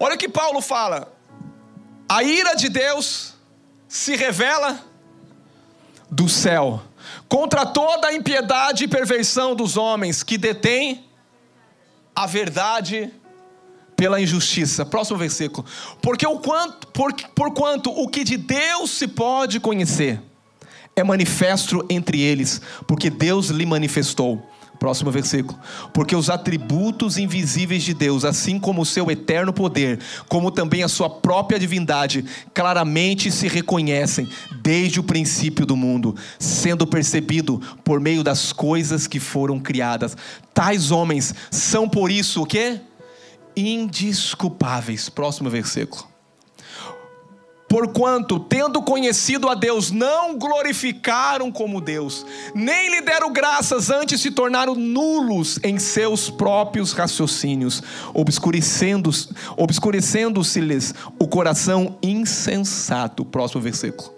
Olha o que Paulo fala: a ira de Deus se revela do céu contra toda a impiedade e perversão dos homens que detêm a verdade pela injustiça. Próximo versículo. Porquanto o que de Deus se pode conhecer é manifesto entre eles, porque Deus lhe manifestou. Próximo versículo. Porque os atributos invisíveis de Deus, assim como o seu eterno poder, como também a sua própria divindade, claramente se reconhecem desde o princípio do mundo, sendo percebido por meio das coisas que foram criadas. Tais homens são por isso o quê? Indesculpáveis. Próximo versículo. Porquanto, tendo conhecido a Deus, não glorificaram como Deus, nem lhe deram graças, antes se tornaram nulos em seus próprios raciocínios, obscurecendo-se-lhes o coração insensato. Próximo versículo.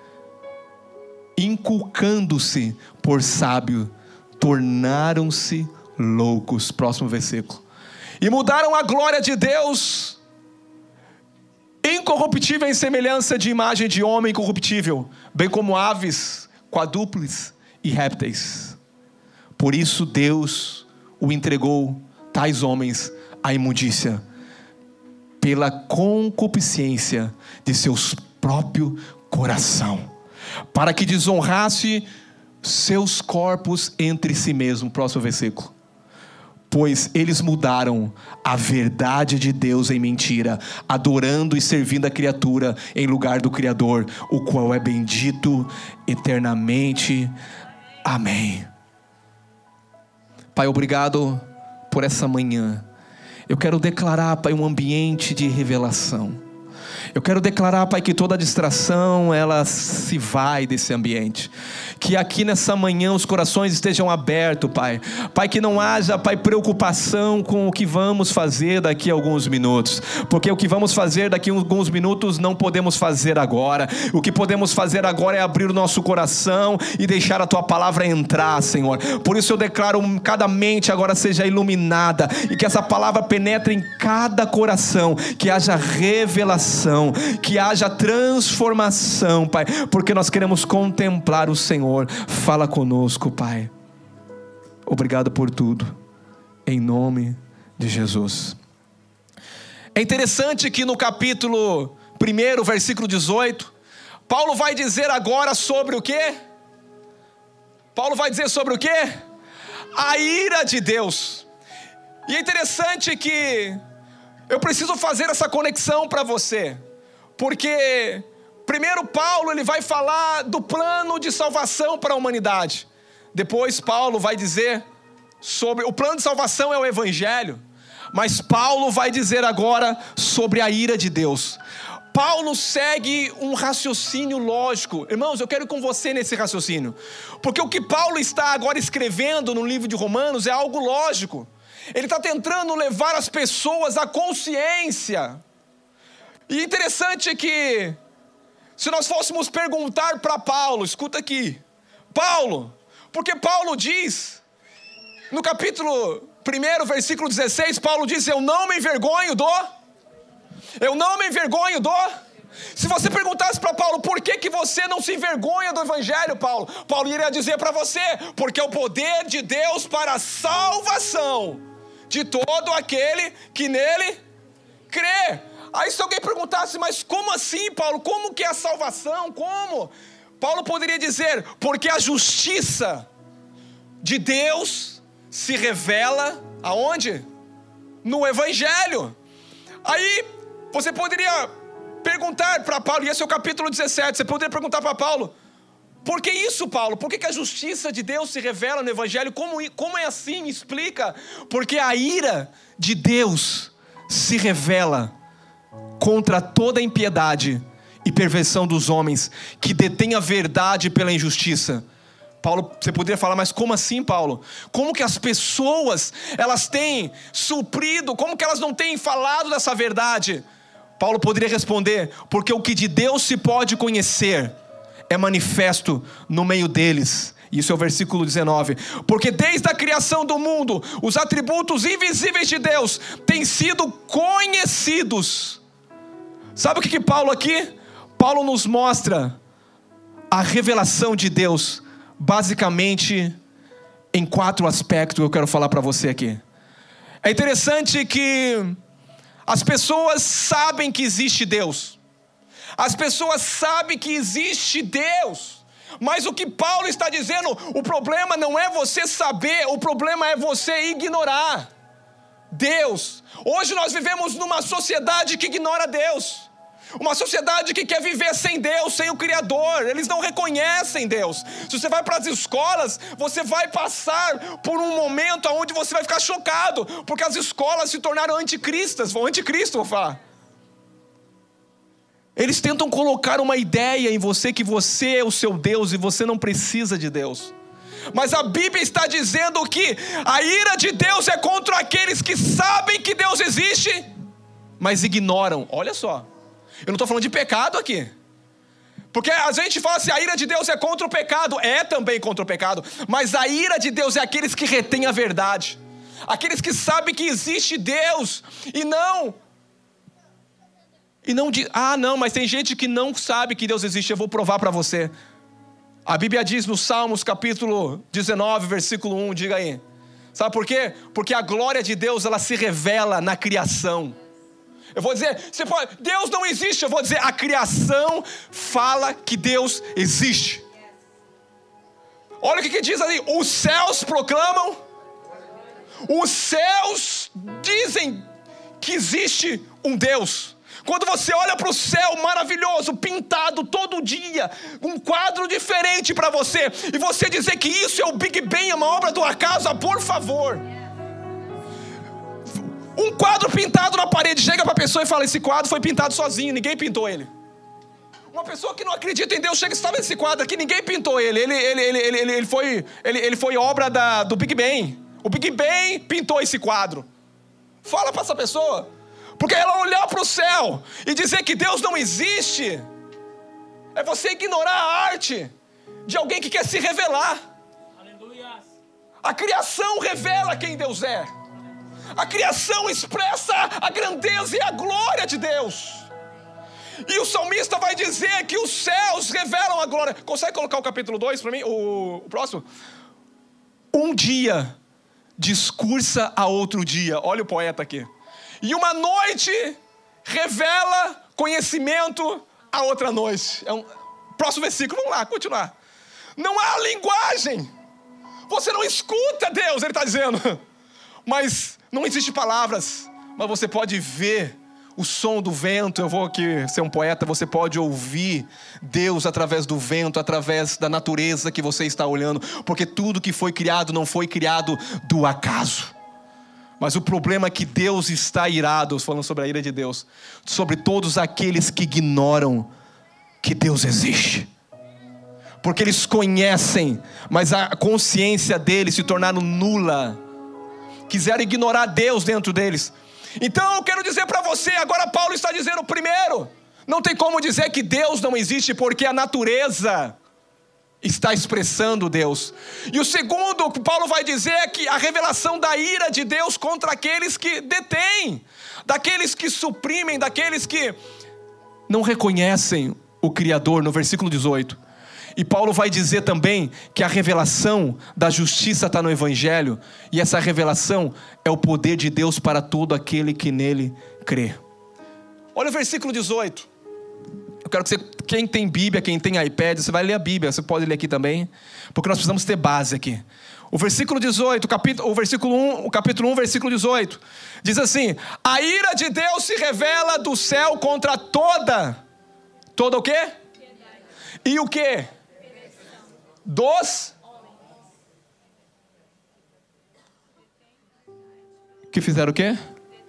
Inculcando-se por sábio, tornaram-se loucos. Próximo versículo. E mudaram a glória de Deus incorruptível em semelhança de imagem de homem incorruptível, bem como aves, quadrúpedes e répteis. Por isso Deus o entregou, tais homens, à imundícia, pela concupiscência de seus próprio coração, para que desonrasse seus corpos entre si mesmo. Próximo versículo. Pois eles mudaram a verdade de Deus em mentira, adorando e servindo a criatura em lugar do Criador, o qual é bendito eternamente. Amém. Pai, obrigado por essa manhã. Eu quero declarar, Pai, um ambiente de revelação. Eu quero declarar, Pai, que toda distração, ela se vai desse ambiente. Que aqui nessa manhã os corações estejam abertos, Pai. Pai, que não haja, Pai, preocupação com o que vamos fazer daqui a alguns minutos. Porque o que vamos fazer daqui a alguns minutos não podemos fazer agora. O que podemos fazer agora é abrir o nosso coração e deixar a Tua palavra entrar, Senhor. Por isso eu declaro cada mente agora seja iluminada e que essa palavra penetre em cada coração. Que haja revelação, que haja transformação, Pai, porque nós queremos contemplar o Senhor. Fala conosco, Pai. Obrigado por tudo, em nome de Jesus. É interessante que no capítulo 1, versículo 18, Paulo vai dizer agora sobre o quê? Paulo vai dizer sobre o quê? A ira de Deus. E é interessante que eu preciso fazer essa conexão para você, porque primeiro Paulo ele vai falar do plano de salvação para a humanidade. Depois Paulo vai dizer sobre o plano de salvação é o Evangelho, mas Paulo vai dizer agora sobre a ira de Deus. Paulo segue um raciocínio lógico. Irmãos, eu quero ir com você nesse raciocínio, porque o que Paulo está agora escrevendo no livro de Romanos é algo lógico. Ele está tentando levar as pessoas à consciência. E interessante que, se nós fôssemos perguntar para Paulo, escuta aqui, Paulo, porque Paulo diz, no capítulo 1, versículo 16, Paulo diz, eu não me envergonho do... Se você perguntasse para Paulo, por que você não se envergonha do Evangelho, Paulo? Paulo iria dizer para você, porque é o poder de Deus para a salvação de todo aquele que nele crê. Aí se alguém perguntasse, mas como assim, Paulo? Como que é a salvação? Como? Paulo poderia dizer, porque a justiça de Deus se revela aonde? No Evangelho. Aí você poderia perguntar para Paulo, e esse é o capítulo 17, você poderia perguntar para Paulo, por que isso, Paulo? Por que a justiça de Deus se revela no Evangelho? Como é assim? Me explica. Porque a ira de Deus se revela contra toda a impiedade e perversão dos homens que detêm a verdade pela injustiça. Paulo, você poderia falar, mas como assim, Paulo? Como que as pessoas, elas têm suprido, como que elas não têm falado dessa verdade? Paulo poderia responder, porque o que de Deus se pode conhecer é manifesto no meio deles, Isso é o versículo 19. Porque desde a criação do mundo, os atributos invisíveis de Deus têm sido conhecidos. Sabe o que Paulo aqui? Paulo nos mostra a revelação de Deus, basicamente em 4 aspectos que eu quero falar para você aqui. É interessante que as pessoas sabem que existe Deus. As pessoas sabem que existe Deus. Mas o que Paulo está dizendo, o problema não é você saber, o problema é você ignorar Deus. Hoje nós vivemos numa sociedade que ignora Deus. Uma sociedade que quer viver sem Deus, sem o Criador. Eles não reconhecem Deus. Se você vai para as escolas, você vai passar por um momento onde você vai ficar chocado, porque as escolas se tornaram anticristas. Anticristo, vou falar. Eles tentam colocar uma ideia em você que você é o seu Deus e você não precisa de Deus. Mas a Bíblia está dizendo que a ira de Deus é contra aqueles que sabem que Deus existe, mas ignoram. Olha só. Eu não estou falando de pecado aqui. Porque a gente fala assim, a ira de Deus é contra o pecado. É também contra o pecado. Mas a ira de Deus é aqueles que retêm a verdade. Aqueles que sabem que existe Deus. E não diz, não, mas tem gente que não sabe que Deus existe. Eu vou provar para você. A Bíblia diz no Salmos capítulo 19, versículo 1, diga aí. Sabe por quê? Porque a glória de Deus, ela se revela na criação. Eu vou dizer, Deus não existe. Eu vou dizer, a criação fala que Deus existe. Olha o que diz ali. Os céus proclamam. Os céus dizem que existe um Deus. Quando você olha para o céu maravilhoso, pintado todo dia, um quadro diferente para você, e você dizer que isso é o Big Bang, é uma obra do acaso, por favor. Um quadro pintado na parede, chega para a pessoa e fala, esse quadro foi pintado sozinho, ninguém pintou ele. Uma pessoa que não acredita em Deus chega e estava nesse quadro aqui, ninguém pintou ele. Ele foi obra do Big Bang. O Big Bang pintou esse quadro. Fala para essa pessoa. Porque ela olhar para o céu e dizer que Deus não existe, é você ignorar a arte de alguém que quer se revelar. Aleluia. A criação revela quem Deus é. A criação expressa a grandeza e a glória de Deus. E o salmista vai dizer que os céus revelam a glória. Consegue colocar o capítulo 2 para mim? O próximo? Um dia discursa a outro dia. Olha o poeta aqui. E uma noite revela conhecimento a outra noite. Próximo versículo, vamos lá, continuar. Não há linguagem. Você não escuta Deus, ele está dizendo. Mas não existe palavras. Mas você pode ver o som do vento. Eu vou aqui ser um poeta. Você pode ouvir Deus através do vento, através da natureza que você está olhando. Porque tudo que foi criado não foi criado do acaso. Mas o problema é que Deus está irado, falando sobre a ira de Deus, sobre todos aqueles que ignoram que Deus existe. Porque eles conhecem, mas a consciência deles se tornaram nula. Quiseram ignorar Deus dentro deles. Então eu quero dizer para você, agora Paulo está dizendo primeiro, não tem como dizer que Deus não existe, porque a natureza está expressando Deus. E o segundo que Paulo vai dizer é que a revelação da ira de Deus contra aqueles que detêm, daqueles que suprimem, daqueles que não reconhecem o Criador, no versículo 18. E Paulo vai dizer também que a revelação da justiça está no Evangelho, e essa revelação é o poder de Deus para todo aquele que nele crê. Olha o versículo 18. Eu quero que você, quem tem Bíblia, quem tem iPad, você vai ler a Bíblia, você pode ler aqui também, porque nós precisamos ter base aqui. O versículo 18, o capítulo 1, versículo 18, diz assim: a ira de Deus se revela do céu contra toda o quê? E o quê? Dos que fizeram o quê?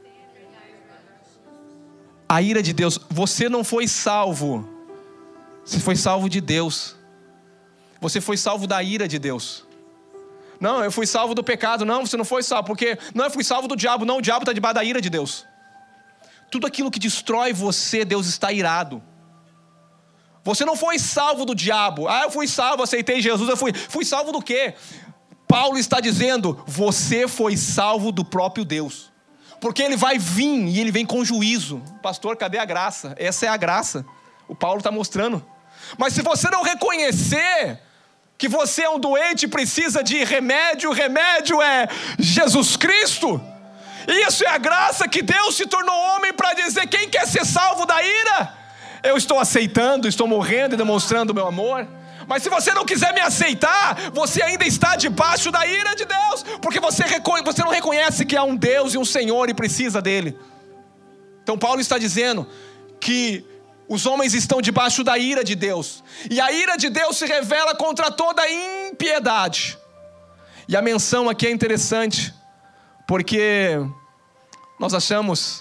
A ira de Deus. Você não foi salvo, você foi salvo de Deus. Você foi salvo da ira de Deus. Não, eu fui salvo do pecado. Não, você não foi salvo, porque não, eu fui salvo do diabo. Não, o diabo está debaixo da ira de Deus. Tudo aquilo que destrói você, Deus está irado. Você não foi salvo do diabo. Eu fui salvo, aceitei Jesus, eu fui salvo do quê? Paulo está dizendo, você foi salvo do próprio Deus. Porque ele vai vir e ele vem com juízo. Pastor, cadê a graça? Essa é a graça. O Paulo está mostrando. Mas se você não reconhecer que você é um doente e precisa de remédio, o remédio é Jesus Cristo. E isso é a graça que Deus se tornou homem para dizer, quem quer ser salvo da ira? Eu estou aceitando, estou morrendo e demonstrando o meu amor. Mas se você não quiser me aceitar, você ainda está debaixo da ira de Deus, porque você não reconhece que há um Deus e um Senhor e precisa dele. Então Paulo está dizendo que os homens estão debaixo da ira de Deus, e a ira de Deus se revela contra toda impiedade. E a menção aqui é interessante, porque nós achamos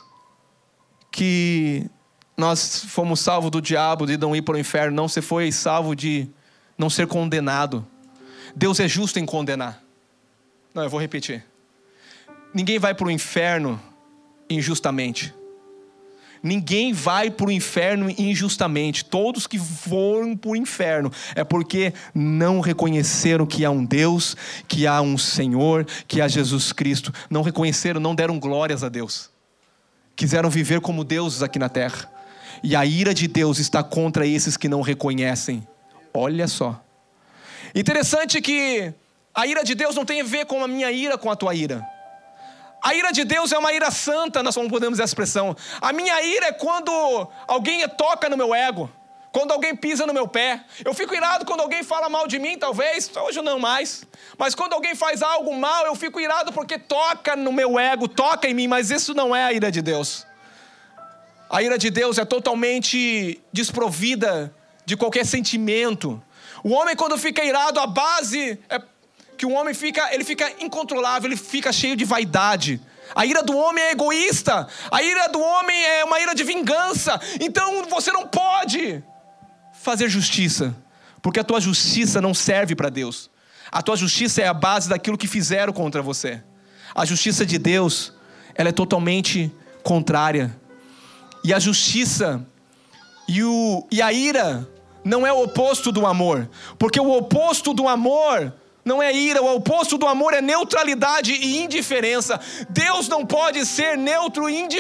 que nós fomos salvos do diabo, de não ir para o inferno. Não, você foi salvo de não ser condenado. Deus é justo em condenar. Não, eu vou repetir. Ninguém vai para o inferno injustamente. Ninguém vai para o inferno injustamente. Todos que foram para o inferno é porque não reconheceram que há um Deus, que há um Senhor, que há Jesus Cristo. Não reconheceram, não deram glórias a Deus. Quiseram viver como deuses aqui na terra. E a ira de Deus está contra esses que não reconhecem. Olha só. Interessante que a ira de Deus não tem a ver com a minha ira, com a tua ira. A ira de Deus é uma ira santa, nós não podemos usar essa expressão. A minha ira é quando alguém toca no meu ego, quando alguém pisa no meu pé. Eu fico irado quando alguém fala mal de mim, talvez, hoje não mais. Mas quando alguém faz algo mal, eu fico irado porque toca no meu ego, toca em mim, mas isso não é a ira de Deus. A ira de Deus é totalmente desprovida de qualquer sentimento. O homem, quando fica irado, a base é que o homem fica incontrolável, ele fica cheio de vaidade. A ira do homem é egoísta. A ira do homem é uma ira de vingança. Então você não pode fazer justiça, porque a tua justiça não serve para Deus. A tua justiça é a base daquilo que fizeram contra você. A justiça de Deus, ela é totalmente contrária. E a justiça e a ira não é o oposto do amor, porque o oposto do amor não é ira, o oposto do amor é neutralidade e indiferença. Deus não pode ser neutro e indiferente.